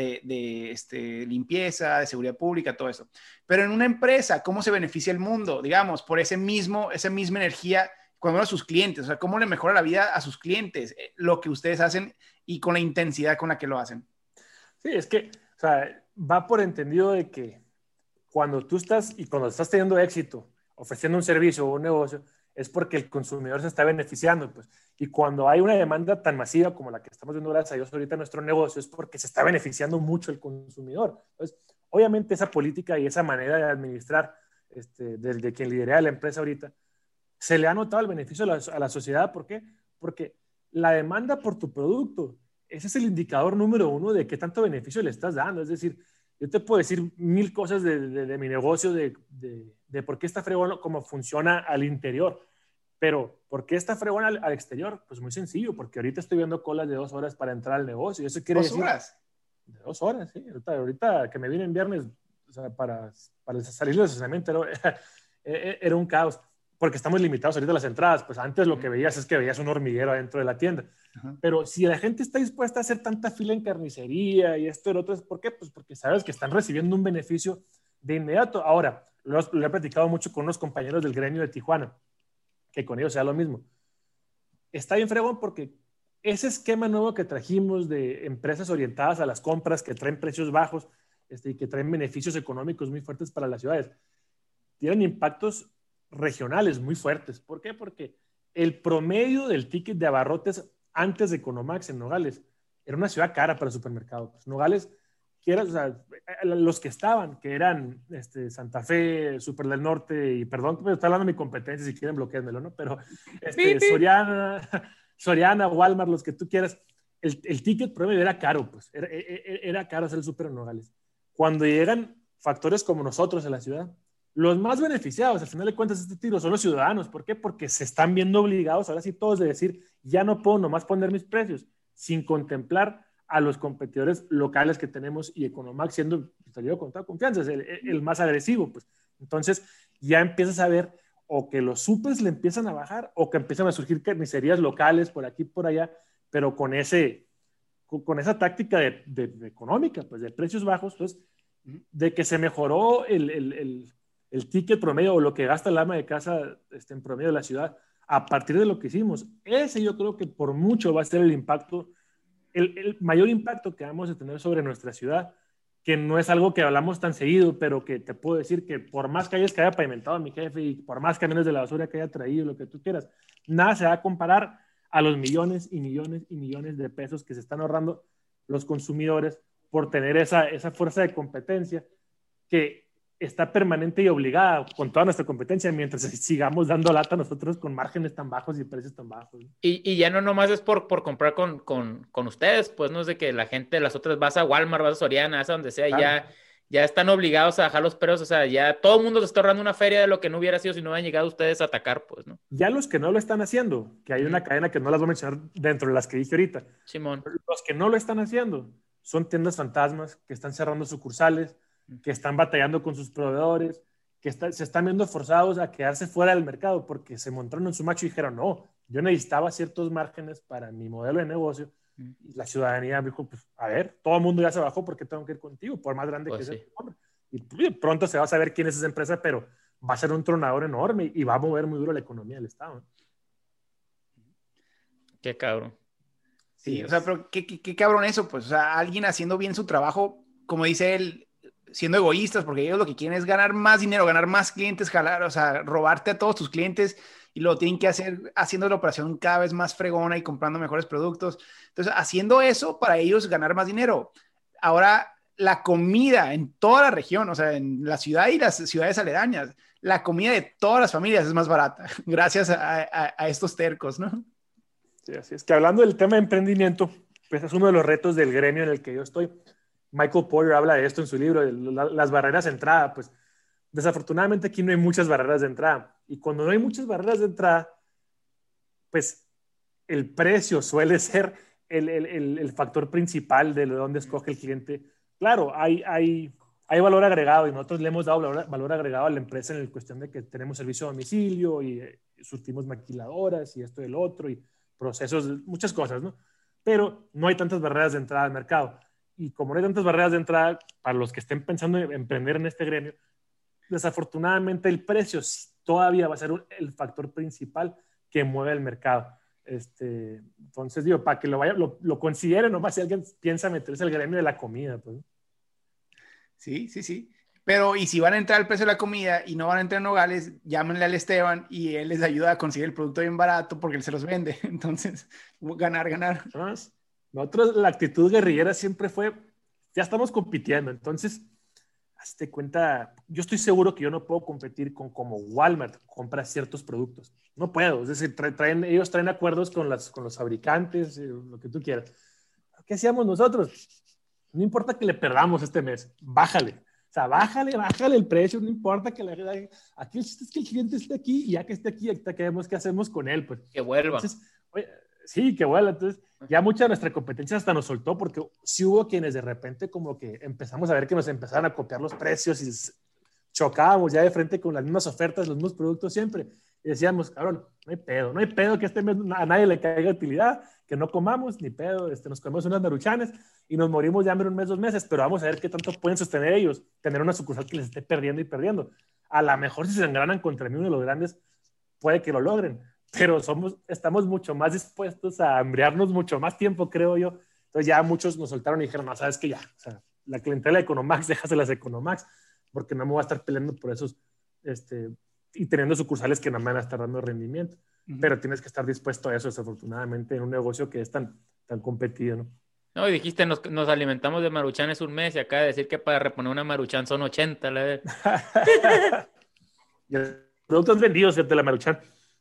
[SPEAKER 1] de limpieza, de seguridad pública, todo eso. Pero en una empresa, ¿cómo se beneficia el mundo? Digamos, por esa misma energía cuando a sus clientes, o sea, cómo le mejora la vida a sus clientes lo que ustedes hacen y con la intensidad con la que lo hacen.
[SPEAKER 3] Sí, es que, o sea, va por entendido de que cuando estás teniendo éxito, ofreciendo un servicio o un negocio, es porque el consumidor se está beneficiando, pues. Y cuando hay una demanda tan masiva como la que estamos viendo, gracias a Dios, ahorita en nuestro negocio, es porque se está beneficiando mucho el consumidor. Entonces, obviamente esa política y esa manera de administrar desde quien lidera la empresa ahorita, se le ha notado el beneficio a la sociedad. ¿Por qué? Porque la demanda por tu producto, ese es el indicador número uno de qué tanto beneficio le estás dando. Es decir, yo te puedo decir 1000 cosas de mi negocio, de por qué está fregón, cómo funciona al interior. Pero, ¿por qué está fregón al exterior? Pues muy sencillo, porque ahorita estoy viendo colas de 2 horas para entrar al negocio. Eso quiere decir...
[SPEAKER 1] 2 horas.
[SPEAKER 3] De 2 horas, sí. Ahorita que me vine en viernes, o sea, para salir del estacionamiento era un caos. Porque estamos limitados ahorita a las entradas. Pues antes lo que veías es que veías un hormiguero adentro de la tienda. Uh-huh. Pero si la gente está dispuesta a hacer tanta fila en carnicería y esto y lo otro, ¿por qué? Pues porque sabes que están recibiendo un beneficio de inmediato. Ahora, lo he platicado mucho con unos compañeros del gremio de Tijuana, que con ellos sea lo mismo. Está bien fregón porque ese esquema nuevo que trajimos de empresas orientadas a las compras, que traen precios bajos y que traen beneficios económicos muy fuertes para las ciudades, tienen impactos regionales muy fuertes. ¿Por qué? Porque el promedio del ticket de abarrotes antes de Economax en Nogales era una ciudad cara para supermercados. Pues Nogales, que era, o sea, los que estaban, que eran Santa Fe, Super del Norte, y perdón, estoy hablando de mi competencia, si quieren bloqueármelo, ¿no? Pero Soriana, Walmart, los que tú quieras, el ticket promedio era caro, pues, era caro hacer el súper en Nogales. Cuando llegan factores como nosotros en la ciudad, los más beneficiados, al final de cuentas, este tiro son los ciudadanos. ¿Por qué? Porque se están viendo obligados, ahora sí todos, de decir, ya no puedo nomás poner mis precios, sin contemplar a los competidores locales que tenemos, y Economax siendo, te digo con toda confianza, es el más agresivo, pues. Entonces, ya empiezas a ver o que los supers le empiezan a bajar, o que empiezan a surgir carnicerías locales por aquí, por allá, pero con esa táctica de económica, pues, de precios bajos, pues, de que se mejoró el ticket promedio o lo que gasta el ama de casa en promedio de la ciudad a partir de lo que hicimos. Ese yo creo que por mucho va a ser el impacto, el mayor impacto que vamos a tener sobre nuestra ciudad, que no es algo que hablamos tan seguido, pero que te puedo decir que por más calles que haya pavimentado mi jefe y por más camiones de la basura que haya traído, lo que tú quieras, nada se va a comparar a los millones y millones y millones de pesos que se están ahorrando los consumidores por tener esa fuerza de competencia que está permanente y obligada con toda nuestra competencia mientras sigamos dando lata nosotros con márgenes tan bajos y precios tan bajos.
[SPEAKER 2] Y ya no nomás es por comprar con ustedes, pues no es de que la gente, las otras, vas a Walmart, vas a Soriana, vas a donde sea, claro. ya están obligados a bajar los precios, o sea, ya todo el mundo se está ahorrando una feria de lo que no hubiera sido si no hubieran llegado ustedes a atacar, pues, ¿no?
[SPEAKER 3] Ya los que no lo están haciendo, que hay una cadena que no las voy a mencionar dentro de las que dije ahorita.
[SPEAKER 2] Simón.
[SPEAKER 3] Los que no lo están haciendo son tiendas fantasmas que están cerrando sucursales, que están batallando con sus proveedores, que se están viendo forzados a quedarse fuera del mercado porque se montaron en su macho y dijeron, no, yo necesitaba ciertos márgenes para mi modelo de negocio. Y la ciudadanía dijo, pues, a ver, todo el mundo ya se bajó, ¿por qué tengo que ir contigo? Por más grande que sea tu nombre. Y pronto se va a saber quién es esa empresa, pero va a ser un tronador enorme y va a mover muy duro la economía del Estado.
[SPEAKER 2] Qué cabrón.
[SPEAKER 1] Sí, o sea, pero qué cabrón eso, pues, o sea, alguien haciendo bien su trabajo, como dice él, siendo egoístas, porque ellos lo que quieren es ganar más dinero, ganar más clientes, jalar, o sea, robarte a todos tus clientes y lo tienen que hacer haciendo la operación cada vez más fregona y comprando mejores productos. Entonces, haciendo eso para ellos ganar más dinero. Ahora, la comida en toda la región, o sea, en la ciudad y las ciudades aledañas, la comida de todas las familias es más barata, gracias a estos tercos, ¿no?
[SPEAKER 3] Sí, así es que hablando del tema de emprendimiento, pues es uno de los retos del gremio en el que yo estoy. Michael Porter habla de esto en su libro, de las barreras de entrada. Pues desafortunadamente aquí no hay muchas barreras de entrada. Y cuando no hay muchas barreras de entrada, pues el precio suele ser el factor principal de dónde escoge el cliente. Claro, hay valor agregado y nosotros le hemos dado valor agregado a la empresa en la cuestión de que tenemos servicio a domicilio y surtimos maquiladoras y esto y el otro y procesos, muchas cosas, ¿no? Pero no hay tantas barreras de entrada al mercado. Y como no hay tantas barreras de entrada para los que estén pensando en emprender en este gremio, desafortunadamente el precio todavía va a ser el factor principal que mueve el mercado. Entonces, digo, para que lo consideren, nomás si alguien piensa meterse al gremio de la comida. Pues.
[SPEAKER 1] Sí. Pero, y si van a entrar al precio de la comida y no van a entrar en Nogales, llámenle al Esteban y él les ayuda a conseguir el producto bien barato porque él se los vende. Entonces, ganar.
[SPEAKER 3] Nosotros, la actitud guerrillera siempre fue, ya estamos compitiendo, entonces, hazte cuenta, yo estoy seguro que yo no puedo competir con como Walmart compra ciertos productos. No puedo, es decir, ellos traen acuerdos con los fabricantes, lo que tú quieras. ¿Qué hacíamos nosotros? No importa que le perdamos este mes, bájale. O sea, bájale el precio, no importa que aquí el chiste es que el cliente esté aquí y ya que esté aquí, ¿qué hacemos con él? Pues.
[SPEAKER 2] Que vuelva.
[SPEAKER 3] Entonces, oye, sí, que vuelva. Entonces, ya mucha de nuestra competencia hasta nos soltó porque sí hubo quienes de repente como que empezamos a ver que nos empezaron a copiar los precios y chocábamos ya de frente con las mismas ofertas, los mismos productos siempre. Y decíamos, cabrón, no hay pedo que este mes a nadie le caiga utilidad, que no comamos, ni pedo, nos comemos unas maruchanes y nos morimos de hambre un mes, 2 meses, pero vamos a ver qué tanto pueden sostener ellos, tener una sucursal que les esté perdiendo y perdiendo. A lo mejor si se engranan contra mí uno de los grandes, puede que lo logren, pero estamos mucho más dispuestos a hambriarnos mucho más tiempo, creo yo. Entonces ya muchos nos soltaron y dijeron, no, sabes que ya, o sea, la clientela de Economax, déjaselas de Economax, porque no me voy a estar peleando por esos, y teniendo sucursales que no me van a estar dando rendimiento. Pero tienes que estar dispuesto a eso, desafortunadamente, en un negocio que es tan competido, ¿no?
[SPEAKER 2] No, y dijiste, nos alimentamos de maruchanes un mes y acaba de decir que para reponer una maruchan son 80.
[SPEAKER 3] Y productos vendidos de la maruchan.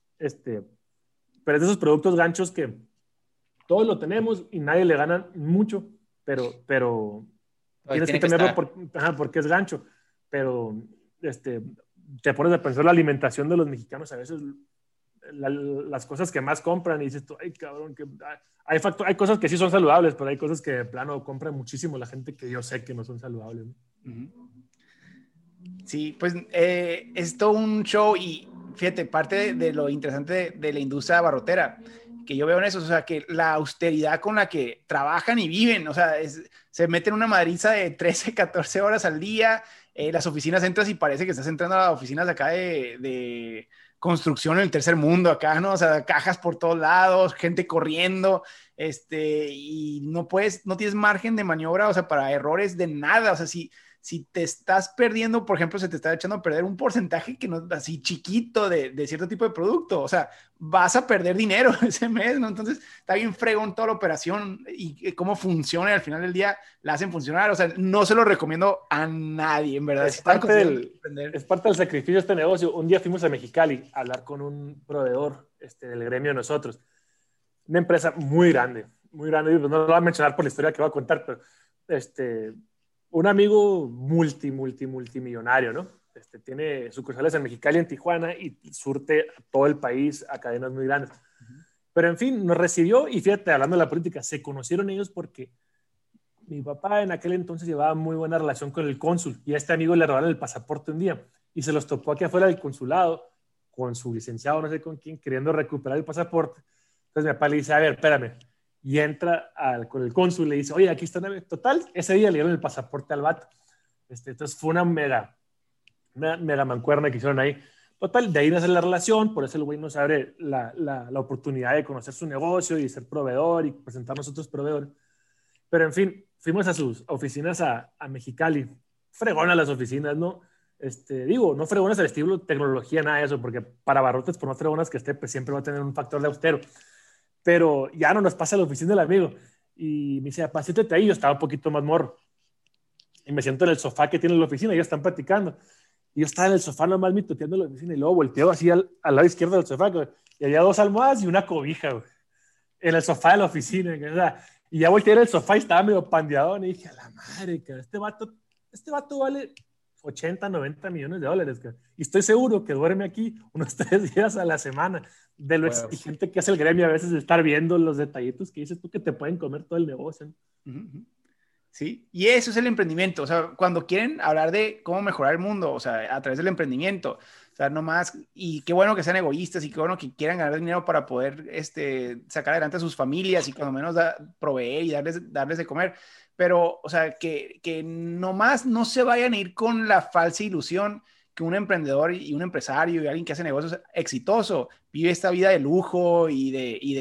[SPEAKER 3] Pero es de esos productos ganchos que todos lo tenemos y nadie le gana mucho, pero tienes que tenerlo porque es gancho. Pero te pones a pensar la alimentación de los mexicanos, a veces las cosas que más compran y dices tú, ay cabrón, hay cosas que sí son saludables, pero hay cosas que de plano compran muchísimo la gente que yo sé que no son saludables, ¿no?
[SPEAKER 1] Sí, pues es todo un show y fíjate, parte de lo interesante de la industria abarrotera que yo veo en eso, o sea, que la austeridad con la que trabajan y viven, o sea, se meten una madriza de 13, 14 horas al día, las oficinas entras y parece que estás entrando a las oficinas acá de construcción en el tercer mundo acá, ¿no? O sea, cajas por todos lados, gente corriendo, y no tienes margen de maniobra, o sea, para errores de nada, o sea, si te estás perdiendo, por ejemplo, se te está echando a perder un porcentaje que no es así chiquito de cierto tipo de producto, o sea, vas a perder dinero ese mes, ¿no? Entonces, está bien fregón toda la operación y cómo funciona y al final del día la hacen funcionar, o sea, no se lo recomiendo a nadie, en verdad.
[SPEAKER 3] Es parte del sacrificio de este negocio. Un día fuimos a Mexicali a hablar con un proveedor del gremio de nosotros, una empresa muy grande, no lo voy a mencionar por la historia que voy a contar, pero un amigo multimillonario, ¿no? Tiene sucursales en Mexicali, en Tijuana y surte a todo el país a cadenas muy grandes. Pero en fin, nos recibió y fíjate, hablando de la política, se conocieron ellos porque mi papá en aquel entonces llevaba muy buena relación con el cónsul y a este amigo le robaron el pasaporte un día y se los topó aquí afuera del consulado con su licenciado, no sé con quién, queriendo recuperar el pasaporte. Entonces mi papá le dice, a ver, espérame. Y entra con el cónsul y le dice, oye, aquí está una... Total, ese día le dieron el pasaporte al vato. Entonces fue una mega mancuerna que hicieron ahí. Total, de ahí nace la relación, por eso el güey nos abre la oportunidad de conocer su negocio y ser proveedor y presentarnos a otros proveedores. Pero en fin, fuimos a sus oficinas a Mexicali. Fregonas las oficinas, ¿no? Digo, no fregonas al estilo tecnología, nada de eso, porque para barrotes, por más fregonas que esté, pues siempre va a tener un factor de austero. Pero ya no nos pasa a la oficina del amigo. Y me dice, papá, siéntate ahí. Yo estaba un poquito más morro. Y me siento en el sofá que tiene la oficina y ellos están platicando. Y yo estaba en el sofá nomás mitoteando en la oficina y luego volteo así al lado izquierdo del sofá, güey, y había 2 almohadas y una cobija, güey, en el sofá de la oficina. O sea, y ya volteé en el sofá y estaba medio pandeado y dije, a la madre, cara, este vato vale 80, 90 millones de dólares. Cara. Y estoy seguro que duerme aquí unos 3 días a la semana de lo exigente que es el gremio a veces de estar viendo los detallitos que dices tú que te pueden comer todo el negocio, ¿no?
[SPEAKER 1] Uh-huh. Sí, y eso es el emprendimiento, o sea, cuando quieren hablar de cómo mejorar el mundo, o sea, a través del emprendimiento, o sea, no más, y qué bueno que sean egoístas y qué bueno que quieran ganar dinero para poder sacar adelante a sus familias y cuando menos proveer y darles de comer, pero, o sea, que nomás no se vayan a ir con la falsa ilusión que un emprendedor y un empresario y alguien que hace negocios exitoso vive esta vida de lujo y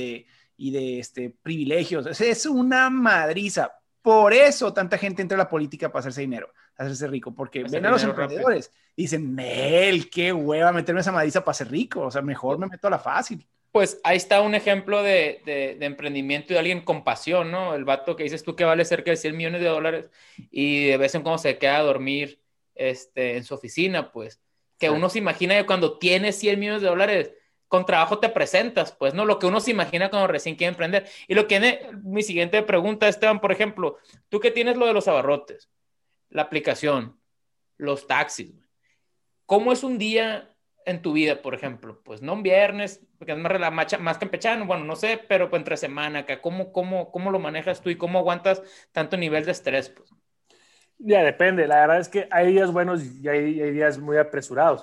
[SPEAKER 1] de privilegios. Es una madriza. Por eso tanta gente entra a la política para hacerse dinero, hacerse rico, porque ven a los emprendedores y dicen, Nel, qué hueva meterme esa madriza para ser rico, o sea, mejor me meto a la fácil.
[SPEAKER 2] Pues ahí está un ejemplo de emprendimiento de alguien con pasión, ¿no? El vato que dices tú que vale cerca de 100 millones de dólares y de vez en cuando se queda a dormir en su oficina, pues, que sí. Uno se imagina que cuando tienes 100 millones de dólares, con trabajo te presentas, pues, ¿no? Lo que uno se imagina cuando recién quiere emprender. Y lo que mi siguiente pregunta, Esteban, por ejemplo, tú que tienes lo de los abarrotes, la aplicación, los taxis, ¿cómo es un día en tu vida, por ejemplo? Pues no un viernes, porque es más campechano, bueno, no sé, pero pues entre semana acá, ¿cómo lo manejas tú y cómo aguantas tanto nivel de estrés? Pues?
[SPEAKER 3] Ya depende, la verdad es que hay días buenos y hay días muy apresurados.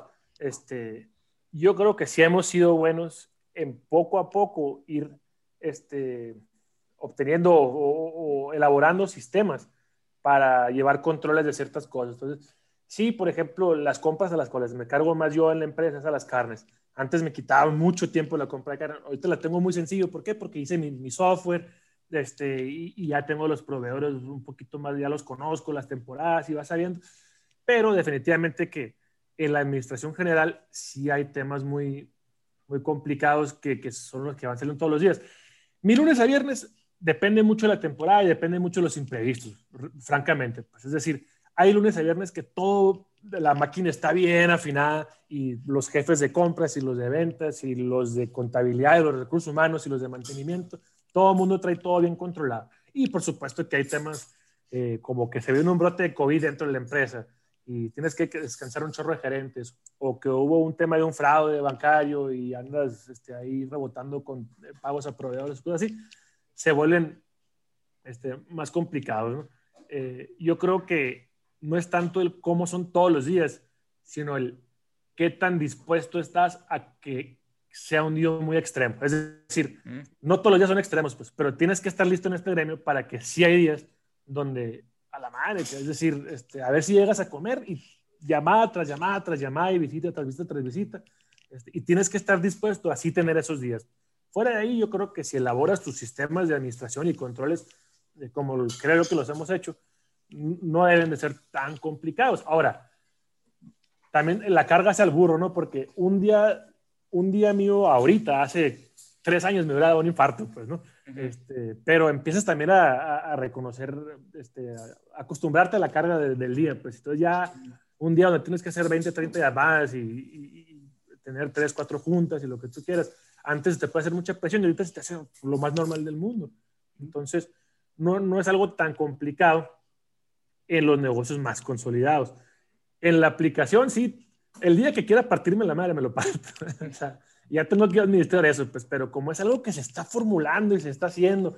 [SPEAKER 3] Yo creo que sí hemos sido buenos en poco a poco ir obteniendo o elaborando sistemas para llevar controles de ciertas cosas. Entonces, sí, por ejemplo, las compras a las cuales me cargo más yo en la empresa es a las carnes. Antes me quitaba mucho tiempo la compra de carne. Ahorita la tengo muy sencillo. ¿Por qué? Porque hice mi software y ya tengo los proveedores un poquito más, ya los conozco, las temporadas y vas sabiendo. Pero definitivamente que en la administración general sí hay temas muy, muy complicados que son los que van saliendo todos los días. Mi lunes a viernes depende mucho de la temporada y depende mucho de los imprevistos, francamente. Pues, es decir, hay lunes a viernes que todo, la máquina está bien afinada y los jefes de compras y los de ventas y los de contabilidad y los recursos humanos y los de mantenimiento, todo el mundo trae todo bien controlado. Y por supuesto que hay temas como que se viene un brote de COVID dentro de la empresa y tienes que descansar un chorro de gerentes, o que hubo un tema de un fraude bancario y andas ahí rebotando con pagos a proveedores, cosas así, se vuelven más complicados, ¿no? Yo creo que no es tanto el cómo son todos los días, sino el qué tan dispuesto estás a que sea un día muy extremo. Es decir, no todos los días son extremos, pues, pero tienes que estar listo en este gremio para que sí hay días donde a la madre, es decir, a ver si llegas a comer y llamada tras llamada tras llamada y visita tras visita tras visita, y tienes que estar dispuesto a así tener esos días. Fuera de ahí, yo creo que si elaboras tus sistemas de administración y controles, como creo que los hemos hecho, no deben de ser tan complicados. Ahora, también la carga hacia el burro, ¿no? Porque un día mío ahorita, hace 3 años me hubiera dado un infarto, pues, ¿no? Pero empiezas también a reconocer, a acostumbrarte a la carga del día, pues. Entonces ya un día donde tienes que hacer 20, 30 llamadas y tener 3, 4 juntas y lo que tú quieras, antes te puede hacer mucha presión y ahorita se te hace lo más normal del mundo. Entonces, no es algo tan complicado en los negocios más consolidados. En la aplicación, sí, el día que quiera partirme la madre me lo parto. O sea, ya tengo que administrar eso, pues, pero como es algo que se está formulando y se está haciendo,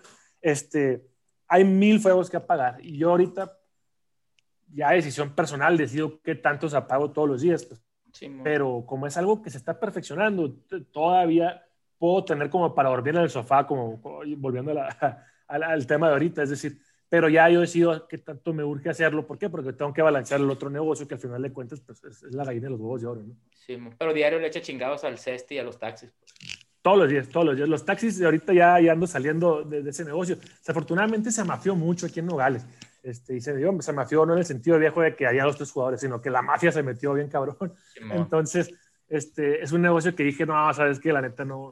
[SPEAKER 3] hay 1000 fuegos que apagar. Y yo ahorita, ya decisión personal, decido qué tantos apago todos los días. Pues. Sí, pero como es algo que se está perfeccionando, todavía puedo tener como para dormir en el sofá, como volviendo al tema de ahorita. Es decir, pero ya yo decido qué tanto me urge hacerlo. ¿Por qué? Porque tengo que balancear el otro negocio que al final de cuentas pues, es la gallina de los huevos de oro, ¿no?
[SPEAKER 2] Sí, pero diario le echa chingados al Cesti y a los taxis.
[SPEAKER 3] Todos los días. Los taxis, ahorita ya ando saliendo de ese negocio. Desafortunadamente se mafió mucho aquí en Nogales. Y se mafió no en el sentido viejo de que había 2 o 3 jugadores, sino que la mafia se metió bien cabrón. Sí, entonces, es un negocio que dije, no, sabes que la neta no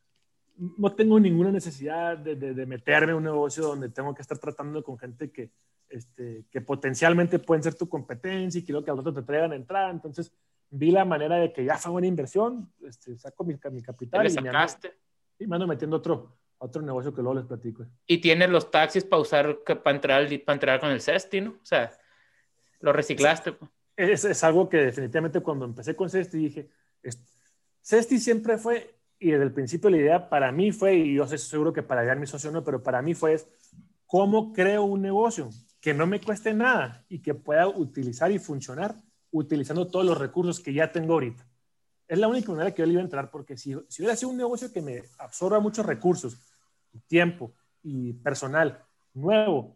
[SPEAKER 3] tengo ninguna necesidad de meterme en un negocio donde tengo que estar tratando con gente que potencialmente pueden ser tu competencia y quiero que al rato te traigan a entrar. Entonces, vi la manera de que ya fue buena inversión, saco mi capital y me ando metiendo otro negocio que luego les platico.
[SPEAKER 2] Y tienes los taxis para usar, para entrar con el Cesti, ¿no? O sea, lo reciclaste.
[SPEAKER 3] Es algo que definitivamente cuando empecé con Cesti dije, Cesti siempre fue, y desde el principio la idea para mí fue, y yo estoy seguro que para mi socio no, pero para mí fue cómo creo un negocio que no me cueste nada y que pueda utilizar y funcionar utilizando todos los recursos que ya tengo ahorita. Es la única manera que yo le iba a entrar, porque si hubiera sido un negocio que me absorba muchos recursos, tiempo y personal nuevo,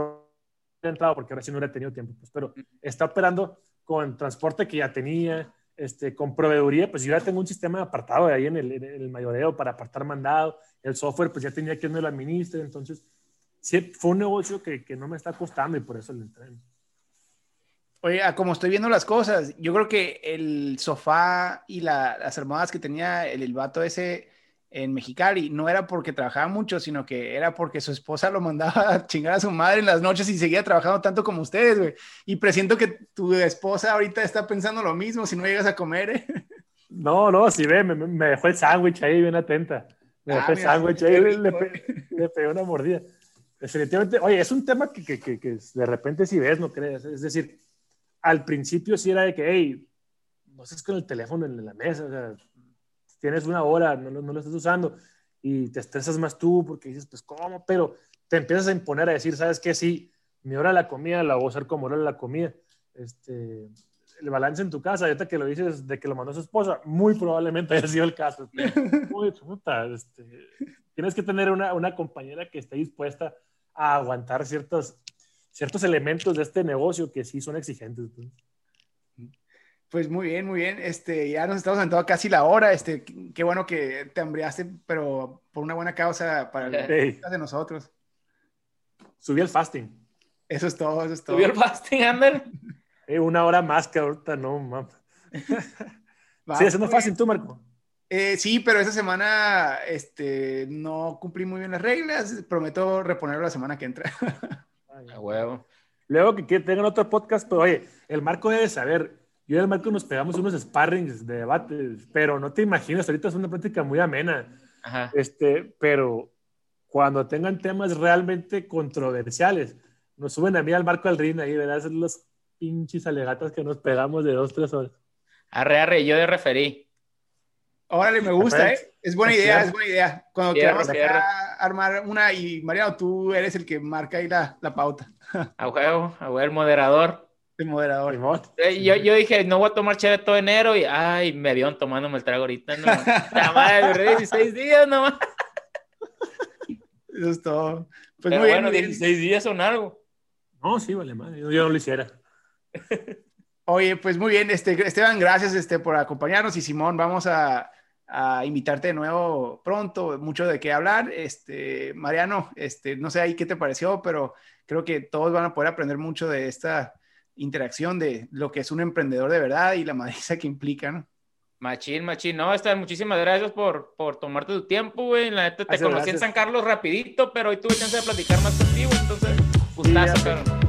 [SPEAKER 3] he entrado porque ahora sí no hubiera tenido tiempo, pues, pero está operando con transporte que ya tenía, con proveeduría, pues yo ya tengo un sistema apartado de ahí en el mayoreo para apartar mandado, el software pues ya tenía quien me lo administre, entonces sí, fue un negocio que no me está costando y por eso le entré.
[SPEAKER 1] Oye, como estoy viendo las cosas, yo creo que el sofá y las almohadas que tenía el vato ese en Mexicali no era porque trabajaba mucho, sino que era porque su esposa lo mandaba a chingar a su madre en las noches y seguía trabajando tanto como ustedes, güey. Y presiento que tu esposa ahorita está pensando lo mismo si no llegas a comer, ¿eh?
[SPEAKER 3] No, sí ve, me dejó el sándwich ahí bien atenta. Me dejó el sándwich ahí, le pegué una mordida. Definitivamente, oye, es un tema que de repente sí ves, no crees. Es decir, al principio sí era de que, hey, no estés con el teléfono en la mesa, o sea, tienes una hora, no lo estás usando y te estresas más tú porque dices, pues, ¿cómo? Pero te empiezas a imponer a decir, ¿sabes qué? Sí, mi hora de la comida la voy a usar como hora de la comida. El balance en tu casa, ahorita que lo dices de que lo mandó su esposa, muy probablemente haya sido el caso. Muy puta, tienes que tener una compañera que esté dispuesta a aguantar ciertos elementos de este negocio que sí son exigentes.
[SPEAKER 1] Pues muy bien, muy bien. Ya nos estamos sentando casi la hora. Qué bueno que te hambriaste, pero por una buena causa para el de nosotros.
[SPEAKER 3] Subí el fasting.
[SPEAKER 1] Eso es todo, eso es todo.
[SPEAKER 2] ¿Subió el fasting, Ander?
[SPEAKER 3] 1 hora más que ahorita, no, mamá. ¿Sí haciendo fasting tú, Marco?
[SPEAKER 1] Sí, pero esa semana no cumplí muy bien las reglas. Prometo reponerlo la semana que entra.
[SPEAKER 2] A huevo.
[SPEAKER 3] Luego que tengan otro podcast, pero oye, el Marco debe saber. Yo y el Marco nos pegamos unos sparrings de debates, pero no te imaginas, ahorita es una práctica muy amena.
[SPEAKER 2] Ajá.
[SPEAKER 3] Pero cuando tengan temas realmente controversiales, nos suben a mí al Marco al ring ahí, verás los pinches alegatas que nos pegamos de 2-3 horas.
[SPEAKER 2] Arre, yo de referí.
[SPEAKER 1] Órale, me gusta, ¿eh? Es buena idea, es buena idea. Cuando queramos armar una, y Mariano, tú eres el que marca ahí la pauta.
[SPEAKER 2] A huevo, el moderador.
[SPEAKER 1] El moderador.
[SPEAKER 2] Yo dije, no voy a tomar chévere todo enero y, ay, me vieron tomándome el trago ahorita. No, la madre, 16 días nomás.
[SPEAKER 1] Eso es todo. Pues
[SPEAKER 2] pero
[SPEAKER 1] muy
[SPEAKER 2] bueno,
[SPEAKER 1] bien,
[SPEAKER 2] 16 días son algo.
[SPEAKER 3] No, sí, vale, madre. Yo no lo hiciera.
[SPEAKER 1] Oye, pues muy bien, Esteban, gracias por acompañarnos. Y Simón, vamos a invitarte de nuevo pronto, mucho de qué hablar. Mariano, no sé ahí qué te pareció, pero creo que todos van a poder aprender mucho de esta interacción de lo que es un emprendedor de verdad y la madriza que implica, ¿no?
[SPEAKER 2] Machín. No, Esteban, muchísimas gracias por tomarte tu tiempo, güey. La neta te conocí en San Carlos rapidito, pero hoy tuve chance de platicar más contigo, entonces, gustazo, pero...